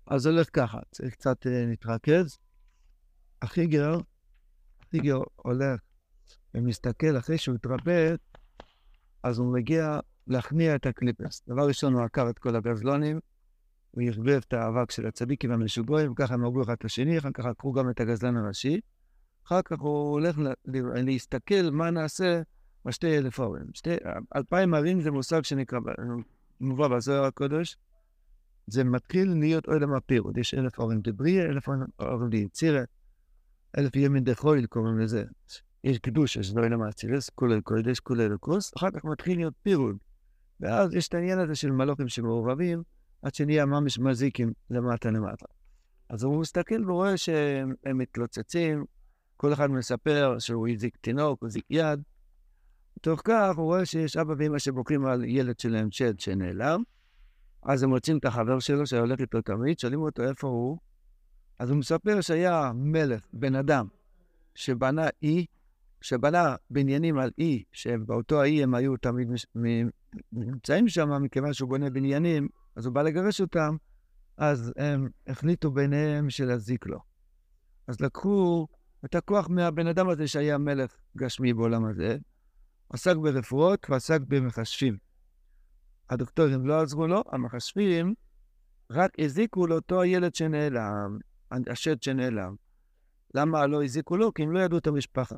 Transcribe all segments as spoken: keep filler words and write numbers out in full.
אז הולך ככה, צריך קצת אה, להתרכז. החיגר, החיגר הולך ומסתכל אחרי שהוא התרפא, אז הוא מגיע להכניע את הקליפס. דבר ראשון הוא עקר את כל הגזלונים, הוא ירבב את האבק של הצדיקים המשוגעים, וככה הם עברו אחד את השני, אחר כך עקרו גם את הגזלן הראשי. אחר כך הוא הולך לה, להסתכל מה נעשה בשתי אלף ערים. שתי, אלפיים ערים זה מושג שנקרא, מובא בזוהר הקודש, זה מתחיל להיות עולם הפירוד. יש אלף ערים דבריה, אלף ערים דיצירה, אלף ימין דחויל קוראים לזה. יש קדוש, יש לא עולם האצילס, כולל קודש, כולל הכוס, אחר כך מתחיל להיות פירוד. ואז יש את העניין הזה של מלוכים שמעורבים, עד שנהיה ממש מזיקים למטה למטה. אז הוא מסתכל ורואה שהם מתלוצצים, כל אחד מספר שהוא הזיק תינוק, הוא הזיק יד. בתוך כך הוא רואה שיש אבא ואמא שבוקרים על ילד שלהם צ'ד שנעלם, אז הם מוצאים את החבר שלו שהולך איתו תמיד, שואלים אותו איפה הוא, אז הוא מספר שהיה מלך, בן אדם, שבנה אי, שבנה בניינים על אי, שבאותו האי הם היו תמיד נמצאים שם, מכיוון שהוא בונה בניינים, אז הוא בא לגרש אותם, אז הם החליטו ביניהם של להזיק לו. אז לקחו את הכוח מהבן אדם הזה שהיה מלך גשמי בעולם הזה, עסק ברפואות ועסק במחשבים. הדוקטורים לא עזרו לו, המחשבים רק הזיקו לאותו הילד שנעלם, השד שנעלם. למה לא הזיקו לו? כי הם לא ידעו את המשפחה.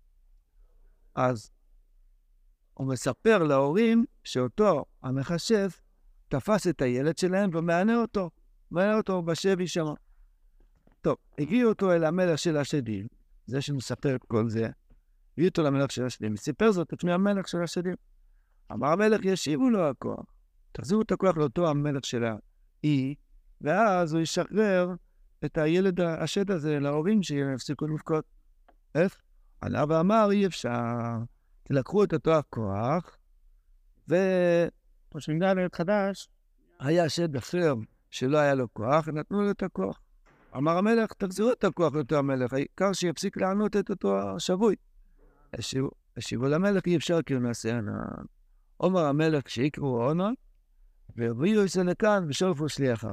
אז הוא מספר להורים שאותו המחשב תפס את הילד שלהם ומענה אותו, מענה אותו בשבי שם. טוב, הגיעו אותו אל המלך של השדים, זה שמספר את כל זה, הגיעו אותו למלך של השדים, סיפר זאת לפני המלך של השדים. אמר המלך, ישיבו לו הכוח, תחזירו את הכוח לאותו המלך של האי, ואז הוא ישחרר את הילד השד הזה להורים שיפסיקו לבכות. איך? עלה ואמר, אי אפשר, תלקחו את אותו הכוח, ו... כמו שנגע לילד חדש, היה שד אחר שלא היה לו כוח, נתנו לו את הכוח. אמר המלך, תחזירו את הכוח לאותו המלך, העיקר שיפסיק לענות את אותו השבוי. השיבו, השיבו למלך, אי אפשר כי הוא נעשה ענן. אומר המלך שיקראו עונה, והביאו את זה לכאן ושורפו שליחה.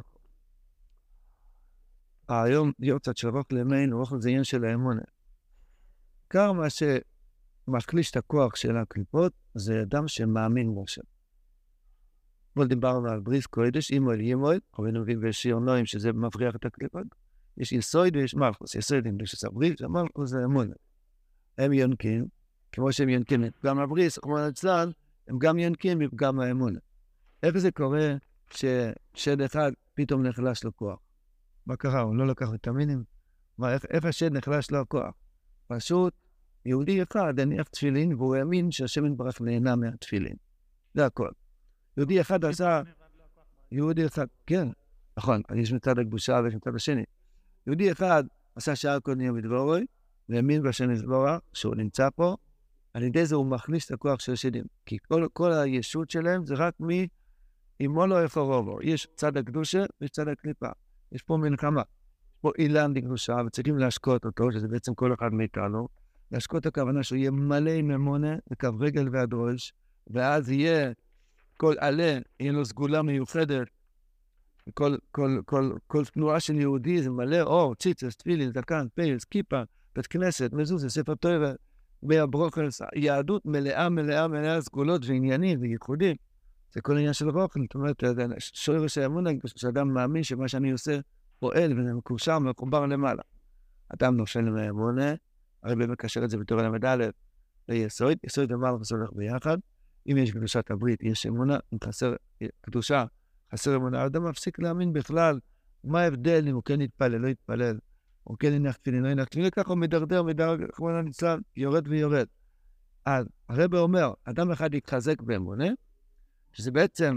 היום יום קצת של רוח למיין, רוח זה עניין של האמונה. עיקר מה שמחליש את הכוח של הקליפות, זה אדם שמאמין בשם. בוא דיברנו על בריס קודש, אימוי לימוי, אבל נבין בשיר נועים שזה מבריח את הקליפות. יש יסויד ויש מלכוס, יסוידים, יש הבריס, המלכוס זה אמונה. הם יונקים, כמו שהם יונקים גם הבריס, כמו הצלן, הם גם יונקים וגם האמונה. איך זה קורה ששד אחד פתאום נחלש לו כוח? מה קרה? הוא לא לקח ויטמינים? מה, איך, איך השד נחלש לו הכוח? פשוט יהודי אחד הניח תפילין, והוא האמין שהשם יתברך נהנה מהתפילין. זה הכל. יהודי אחד עשה... יהודי אחד... כן, נכון, יש מצד הקדושה ויש מצד השני. יהודי אחד עשה שעה קודמים בדבורוי, והאמין בשם יתברך שהוא נמצא פה, על ידי זה הוא מחליש את הכוח של השדים. כי כל, כל הישות שלהם זה רק מי... אימו לא איפה רובו. יש צד הקדושה ויש צד הקליפה. יש פה מלחמה. יש פה אילן לקדושה, וצריכים להשקות אותו, שזה בעצם כל אחד מאיתנו. להשקות הכוונה שהוא יהיה מלא עם אמונה, לקו רגל ועד ראש, ואז יהיה כל עלה, יהיה לו סגולה מיוחדת. כל, כל, כל, כל תנועה של יהודי זה מלא אור, ציצס, תפילין, זקן, פייס, כיפה, בית כנסת, מזוזה, ספר תורה, מהברוכלס, יהדות מלאה, מלאה, מלאה סגולות ועניינים וייחודים. זה כל עניין של רוחל, זאת אומרת, שורש האמונה, שאדם מאמין שמה שאני עושה פועל וזה מקושר ומחובר למעלה. אדם נופל מהאמונה, הרבי מקשר את זה בתורה למד א' ליסוד, יסוד ומעלה הולך ביחד. אם יש קדושת הברית, יש אמונה, אם חסר קדושה, חסר אמונה, אדם מפסיק להאמין בכלל, מה ההבדל אם הוא כן יתפלל, לא יתפלל, הוא כן ינח תפילין, לא ינח תפילין, ככה הוא מדרדר, מדרדר, כמו נצלם, יורד ויורד. אז הרבי אומר, אדם אחד יתחזק באמונה, שזה בעצם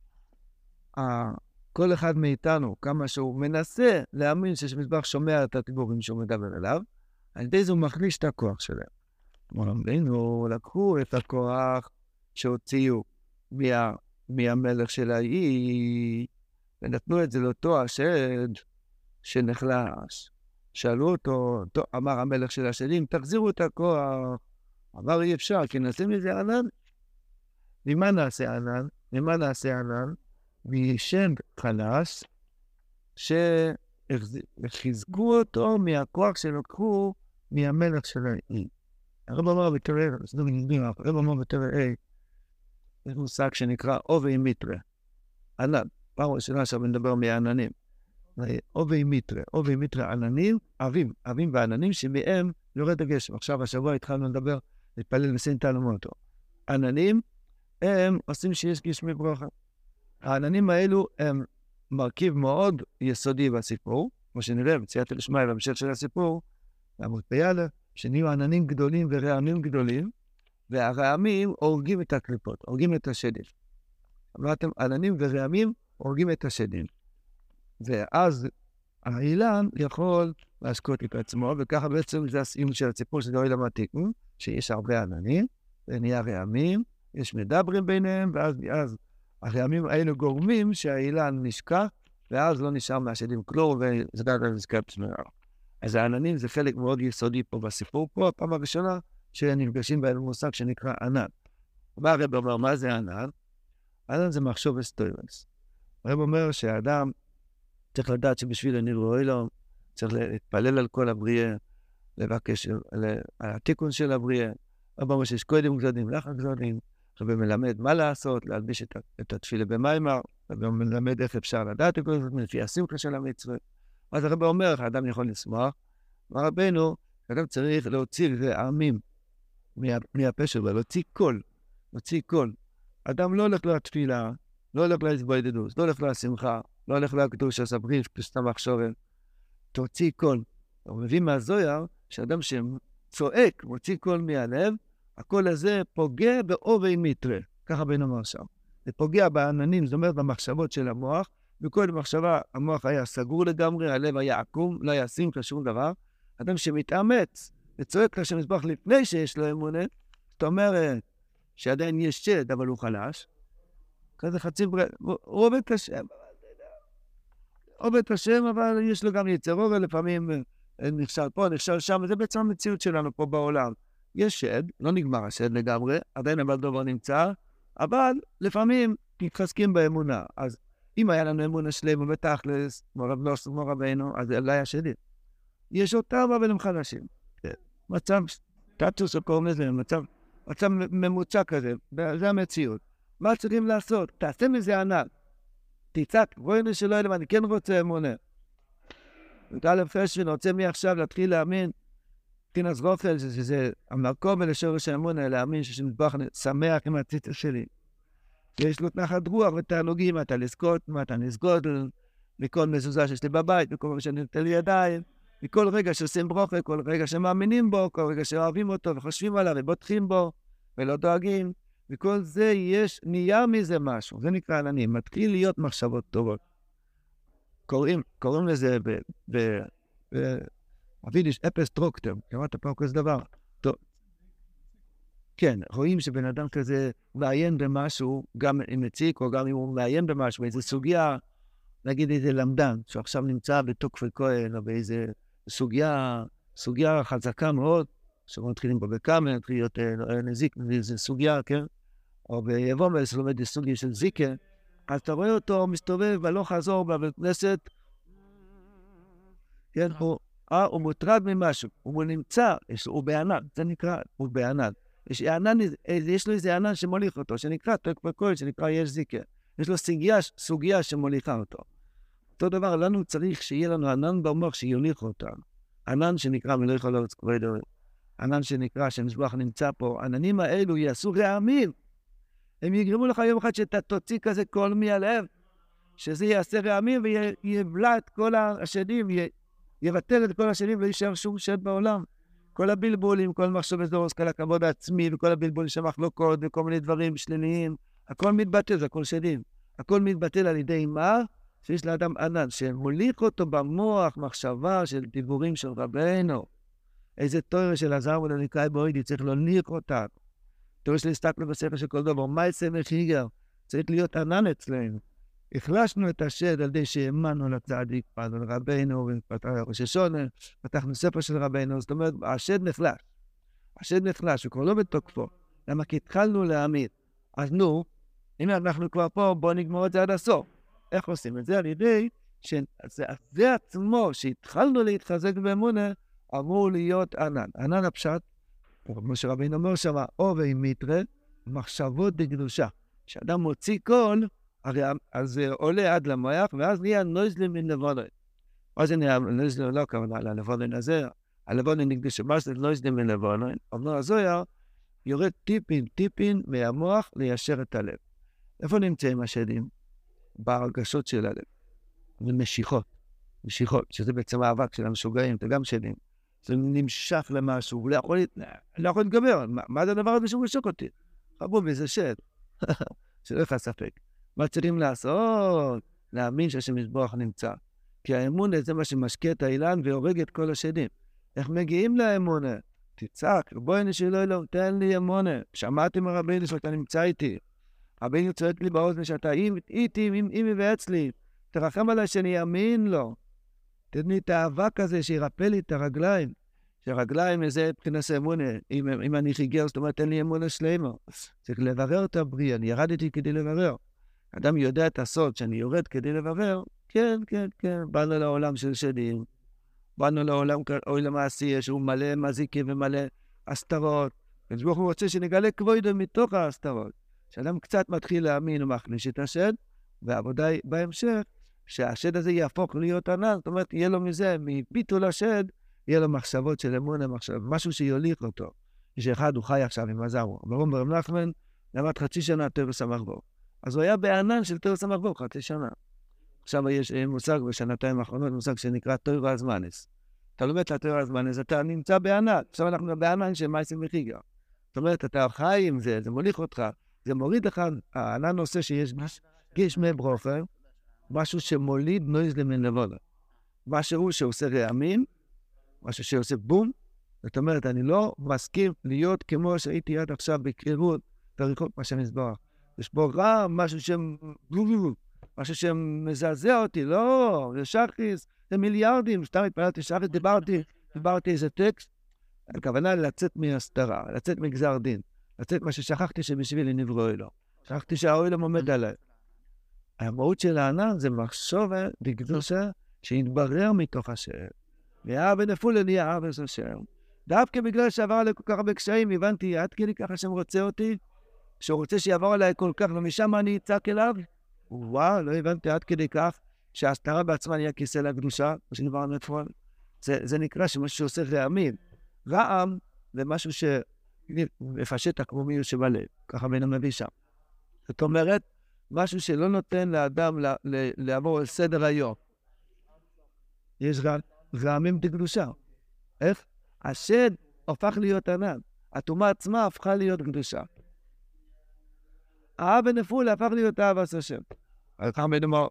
כל אחד מאיתנו, כמה שהוא מנסה להאמין שמזבח שומע את הדיבורים שהוא מדבר אליו, על ידי זה הוא מחליש את הכוח שלהם. הוא לקחו את הכוח שהוציאו מה, מהמלך של האי, ונתנו את זה לאותו השד שנחלש. שאלו אותו, אמר המלך של השדים, תחזירו את הכוח. אמר אי אפשר, כי נשים לזה ענן. ממה נעשה ענן? ממה נעשה ענן? משד חלש, שחיזקו אותו מהכוח שלקחו מהמלך של האי. הרב אמר בתראה, הרב אמר בתראה, יש מושג שנקרא אובי מיטרה, ענן. פעם ראשונה עכשיו נדבר מהעננים. אובי מיטרה, אובי מיטרה עננים, אבים, אבים ועננים שמהם יורד הגשם. עכשיו השבוע התחלנו לדבר, להתפלל וסין תעלומות. עננים הם עושים שיש גשמי ברכה. העננים האלו הם מרכיב מאוד יסודי בסיפור, כמו שנראה בצייתא דשמיא בהמשך של הסיפור, לעמוד ביאללה, שנהיו עננים גדולים ורעמים גדולים, והרעמים הורגים את הקליפות, הורגים את השדים. אמרתם, עננים ורעמים הורגים את השדים. ואז האילן יכול להשקות את עצמו, וככה בעצם זה הסיום של הסיפור של אוהל המתיקון, שיש הרבה עננים, ונהיה רעמים, יש מדברים ביניהם, ואז, ואז הרעמים האלו גורמים שהאילן נשקע, ואז לא נשאר מהשדים כלום, וזה גם נזכר פסמר. אז העננים זה חלק מאוד יסודי פה בסיפור, פה הפעם הראשונה שנפגשים בהם מושג שנקרא ענן. מה הרב אומר, מה זה ענן? ענן זה מחשוב אסטוירנס. הרב אומר שהאדם צריך לדעת שבשביל הנברוא אלוהים, צריך להתפלל על כל הבריאה, לבקש על התיקון של הבריאה. הרב אומר שיש קודם גזדים, לאחר גזדים, הרב מלמד מה לעשות, להלביש את, את התפילה במיימר, הרב מלמד איך אפשר לדעת את כל זה, לפי השמחה של המצווה. אז הרב אומר, האדם יכול לשמוח, ורבנו, האדם צריך להוציא רעמים מה, מהפה שלו, להוציא קול, להוציא קול. אדם לא הולך לתפילה, לא הולך להתבודדות, לא הולך לשמחה, לא הולך לקדוש הסברית, קדושת המחשבת, תוציא קול. הוא מביא מהזוהר, שאדם שצועק, מוציא קול מהלב, הקול הזה פוגע באובי מיטרה, ככה בן אמר שם. זה פוגע בעננים, זאת אומרת במחשבות של המוח, בכל מחשבה המוח היה סגור לגמרי, הלב היה עקום, לא היה שמחה שום דבר. אדם שמתאמץ וצועק לשם מזבח לפני שיש לו אמונה, זאת אומרת שעדיין יש שד, אבל הוא חלש. כזה חצי בריא, הוא עובד את השם, עובד את השם, אבל יש לו גם יצרו, ולפעמים נכשל פה, נכשל שם, וזה בעצם המציאות שלנו פה בעולם. יש שד, לא נגמר השד לגמרי, עדיין אבל דבר נמצא, אבל לפעמים מתחזקים באמונה. אז אם היה לנו אמונה שלמה בתכלס, כמו רב נוסף, כמו רבינו, אז לא היה שדים. יש אותם, אבל הם חלשים. מצב, טאצ'וס שקוראים לזה, מצב, מצב ממוצע כזה, זה המציאות. מה צריכים לעשות? תעשה מזה ענן. תצעק, רואים שלא אלם, אני כן רוצה אמונה. ותאל פשן, רוצה מעכשיו להתחיל להאמין, תינס רופל, שזה המקום ולשורש האמונה, להאמין ששמטבח שמח עם הציצה שלי. יש לו תנחת רוח ותענוגים, אתה לזכות, אתה נסגוד, מכל מזוזה שיש לי בבית, מכל רגע שאני נוטל לי ידיים, מכל רגע שעושים ברוכה, כל רגע שמאמינים בו, כל רגע שאוהבים אותו וחושבים עליו ובוטחים בו ולא דואגים, וכל זה יש, נהיה מזה משהו, זה נקרא עננים, מתחיל להיות מחשבות טובות. קוראים, קוראים לזה ב... ב... ב... אבידיש, אפס טרוקטר, קראת פעם כזה דבר. טוב. כן, רואים שבן אדם כזה מעיין במשהו, גם אם מציק, או גם אם הוא מעיין במשהו, באיזו סוגיה, נגיד איזה למדן, שעכשיו נמצא בתוקפי כהן, או באיזה סוגיה, סוגיה חזקה מאוד, שאנחנו מתחילים פה בכמה, מתחיל להיות נזיק, באיזה סוגיה, כן? או ביבום, איזה לומד סוגיה של זיקה, אז אתה רואה אותו מסתובב ולא חזור בבית כנסת, כן, הוא, אה, הוא מוטרד ממשהו, הוא נמצא, הוא בענן, זה נקרא, הוא בענן. יש, ענן, יש לו איזה ענן שמוליך אותו, שנקרא תוקפי כהן, שנקרא יש זיקה. יש לו סוגיה, סוגיה שמוליכה אותו. אותו דבר, לנו צריך שיהיה לנו ענן במוח שיוליך אותנו. ענן שנקרא מלך אלוהים כבודו. ענן שנקרא שמזבח נמצא פה. העננים האלו יעשו רעמים. הם יגרמו לך יום אחד שאתה תוציא כזה קול מהלב, שזה יעשה רעמים ויבלע את כל השדים, יבטל את כל השדים ולא יישאר שום שד בעולם. כל הבלבולים, כל מחשב זורס, כל הכבוד העצמי וכל הבלבולים שמחלוקות וכל מיני דברים שליליים, הכל מתבטל, זה הכל שדים. הכל מתבטל על ידי מה? שיש לאדם ענן, שמוליך אותו במוח מחשבה של דיבורים של רבנו. איזה תורה של עזר ולנקראי בוידי, צריך להוליך אותה. תורה של הסתכלו בספר של כל דבר, מה יצא מחיגר? צריך להיות ענן אצלנו. החלשנו את השד על ידי שהאמנו לצדיק, פנו לרבנו, ופתחנו ראש השונה, פתחנו ספר של רבנו, זאת אומרת, השד נחלש. השד נחלש, הוא כבר לא בתוקפו. למה? כי התחלנו להאמין. אז נו, אם אנחנו כבר פה, בואו נגמור את זה עד הסוף. איך עושים את זה? על ידי שזה עצמו, שהתחלנו להתחזק באמונה, אמור להיות ענן. ענן הפשט, כמו שרבינו אומר שם, או ואימיתרא, מחשבות בקדושה. כשאדם מוציא קול, הרי אז זה עולה עד למוח, ואז נהיה נויזלים מן לבונן. מה זה נהיה נויזלים? לא כמובן על הלבונן הזה, הלבונן נקדש, מה זה נויזלים מן לבונן? אומר הזוהר, יורד טיפין טיפין מהמוח ליישר את הלב. איפה נמצאים השדים? בהרגשות של הלב. זה משיכות, משיכות, שזה בעצם האבק של המשוגעים, זה גם שדים. זה נמשך למשהו, הוא לא יכול, לא יכול להתגבר. מה, מה זה הדבר הזה שהוא משוק אותי? חבובי, זה שד. שלא לך ספק. מה צריכים לעשות? להאמין שהשם יתברך נמצא. כי האמונה זה מה שמשקה את האילן והורג את כל השדים. איך מגיעים לאמונה? תצעק, בואי נשאלו אלוהו, תן לי אמונה. שמעתי מרבינו שאתה נמצא איתי. רבינו צועק לי באוזן שאתה איתי, אימי ואצלי. תרחם עליי שאני אאמין לו. תתן לי את האבק הזה שירפא לי את הרגליים. שהרגליים זה מבחינת אמונה. אם, אם אני חיגר, זאת אומרת, תן לי אמונה שלמה. צריך לברר את הבריאה. אני ירדתי כדי לברר. אדם יודע את הסוד שאני יורד כדי לברר. כן, כן, כן. באנו לעולם של שדים. באנו לעולם עולם העשייה שהוא מלא מזיקים ומלא הסתרות. וזבוך הוא רוצה שנגלה כבודו מתוך ההסתרות. שאדם קצת מתחיל להאמין ומחליש את השד, והעבודה היא בהמשך, שהשד הזה יהפוך להיות ענן, זאת אומרת, יהיה לו מזה, מביטול השד, יהיה לו מחשבות של אמונה, מחשב, משהו שיוליך אותו. יש אחד, הוא חי עכשיו עם עזרו. ברום ברם נחמן, למד חצי שנה תרס המחבור. אז הוא היה בענן של תרס המחבור, חצי שנה. עכשיו יש מושג בשנתיים האחרונות, מושג שנקרא תוירה הזמנס. אתה לומד את התוירה הזמנס, אתה נמצא בענן. עכשיו אנחנו בענן של מייסים וחיגר. זאת אומרת, אתה חי עם זה, זה מוליך אותך, זה מוריד לך, הענן עושה שיש גשמי ברוכה, משהו שמוליד נויז למן לבונה. משהו שעושה רעמים, משהו שעושה בום. זאת אומרת, אני לא מסכים להיות כמו שהייתי עד עכשיו בקרירות ורחוק מה שמסברך. יש פה רע, משהו שם... משהו שמזעזע אותי, לא, זה שחיס, זה מיליארדים, סתם התפללתי שחיס, דיברתי, דיברתי איזה טקסט, הכוונה לצאת מהסתרה, לצאת מגזר דין, לצאת מה ששכחתי שבשבילי נברו אלו, שכחתי שהאוילם עומד עליי. המהות של הענן זה מחשבה בקדושה שהתברר מתוך השם, והאב ונפול נהיה האב השם. דווקא בגלל שעבר עליי כל כך הרבה קשיים, הבנתי עד כדי ככה שהם רוצה אותי, שהוא רוצה שיעבור עליי כל כך, ומשם אני אצעק אליו, וואו, לא הבנתי עד כדי כך שההסתרה בעצמה נהיה כיסא לקדושה, כמו שדיברנו אתמול. זה, זה נקרא שמשהו שעושה רעמים. רעם זה משהו שמפשט הקרומיות שבלב, ככה בין המביא שם. זאת אומרת, משהו שלא נותן לאדם ל- ל- לעבור על סדר היום. יש רע, רעמים בקדושה. איך? השד הופך להיות ענן. התאומה עצמה הפכה להיות קדושה. האב ונפול הפך להיות האב עשה שם. אז כאן מדובר.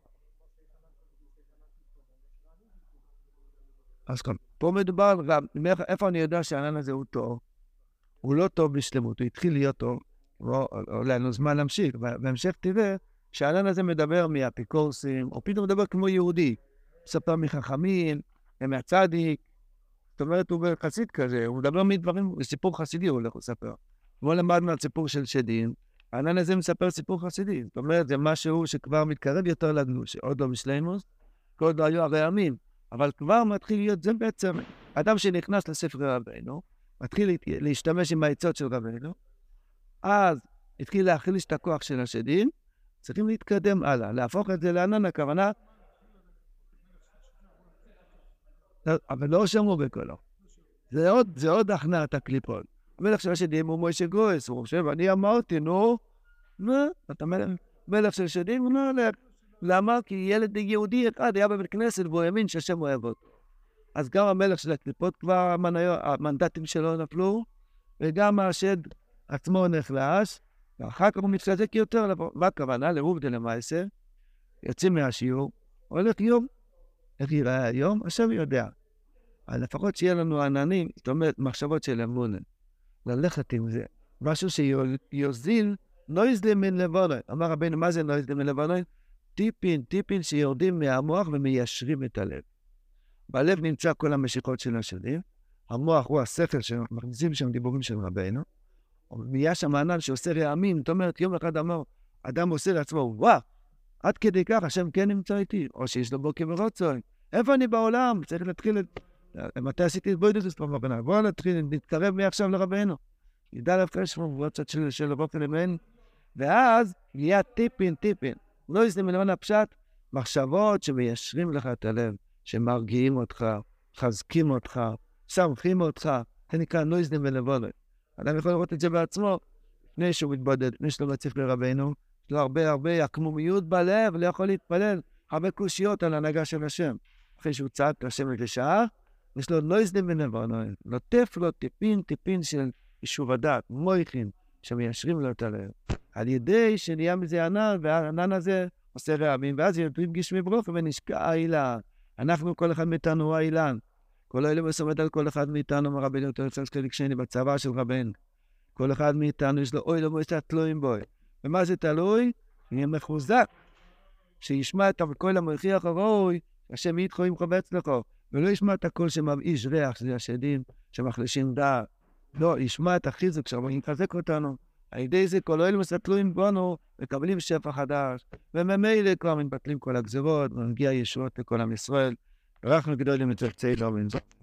אז כאן, פה מדובר על רב. איפה אני יודע שהענן הזה הוא טוב? הוא לא טוב בשלמות, הוא התחיל להיות טוב. אולי לנו זמן להמשיך. בהמשך תראה שהענן הזה מדבר מהאפיקורסים, או פתאום מדבר כמו יהודי. מספר מחכמים, מהצדיק. זאת אומרת, הוא חסיד כזה, הוא מדבר מדברים, סיפור חסידי הוא הולך לספר. הוא למד מהסיפור של שדים. הענן הזה מספר סיפור חסידי. זאת אומרת, זה משהו שכבר מתקרב יותר לגלוש, עוד לא בשלימוס, כל עוד לא היו הרעמים, אבל כבר מתחיל להיות, זה בעצם, אדם שנכנס לספר רבינו, מתחיל להשתמש עם העצות של רבינו, אז התחיל להחליש את הכוח של השדים, צריכים להתקדם הלאה, להפוך את זה לענן, הכוונה, אבל לא שמעו בקולו. זה עוד, זה עוד הכנעת הקליפות. המלך של השדים הוא מוישה גרויס, הוא חושב, אני אמרתי, נו, מה? אתה מלך, מלך של שדים? הוא לא הולך. למה? כי ילד יהודי אחד היה בבית כנסת והוא האמין שהשם אוהב אותו. אז גם המלך של הקליפות כבר המנדטים שלו נפלו, וגם השד עצמו נחלש, ואחר כך הוא מתחזק יותר. מה הכוונה? לעובדה למעשה, יוצאים מהשיעור, הולך יום. איך ייראה היום? השם יודע. אז לפחות שיהיה לנו עננים, זאת אומרת, מחשבות של אמונה. ללכת עם זה. משהו שיוזיל, לא יזלים מן לבונן. אמר רבינו, מה זה לא יזלים מן לבונן? טיפין, טיפין שיורדים מהמוח ומיישרים את הלב. בלב נמצא כל המשיכות של השדים. המוח הוא השכל שמכניסים שם דיבורים של רבינו. ויש שם ענן שעושה רעמים. זאת אומרת, יום אחד אמר, אדם עושה לעצמו, וואו, עד כדי כך השם כן נמצא איתי, או שיש לו בוקר ורוצוי. איפה אני בעולם? צריך להתחיל את... מתי עשיתי את בוידוס פעם הבנה? בואו נתחיל, נתקרב מעכשיו לרבנו. ידע להפרש מבוצעת של, של בוקר למין, ואז יהיה טיפין, טיפין. לא יזנים מלמען הפשט, מחשבות שמיישרים לך את הלב, שמרגיעים אותך, חזקים אותך, שמחים אותך, זה נקרא לא יזנים מלמען. אדם יכול לראות את זה בעצמו, לפני שהוא מתבודד, לפני שלא מציף לרבנו, יש לו הרבה הרבה עקמומיות בלב, לא יכול להתפלל, הרבה קושיות על ההנהגה של השם. אחרי שהוא צעק לשם לשעה, יש לו לא יזנים מלמען, נוטף לו טיפין, טיפין של יישוב הדת, מויכין, שמיישרים לו את הלב. על ידי שנהיה מזה ענן, והענן הזה עושה רעמים, ואז ינתרים גשמי ברוך ונשקע האילן. אנחנו, כל אחד מאיתנו הוא האילן. כל האילן מסומת על כל אחד מאיתנו, מרבנו יותר צלס כליקשני בצבא של רבנו. כל אחד מאיתנו יש לו אוי לא מועצה תלויים בו. ומה זה תלוי? יהיה מחוזק. שישמע את הקול המוכיח הרוי, השם יתחו עם חובץ לכו, ולא ישמע את הקול שמבאיש ריח, שזה השדים שמחלישים דעת. לא, ישמע את החיזוק שהרבנים יחזק אותנו. על ידי זה כל אלה מסתכלים בנו, מקבלים שפע חדש, וממילא כבר מתבטלים כל הגזרות, ומגיע ישועות לכל עם ישראל. אנחנו גדולים את זה, צעיד לא בנזור.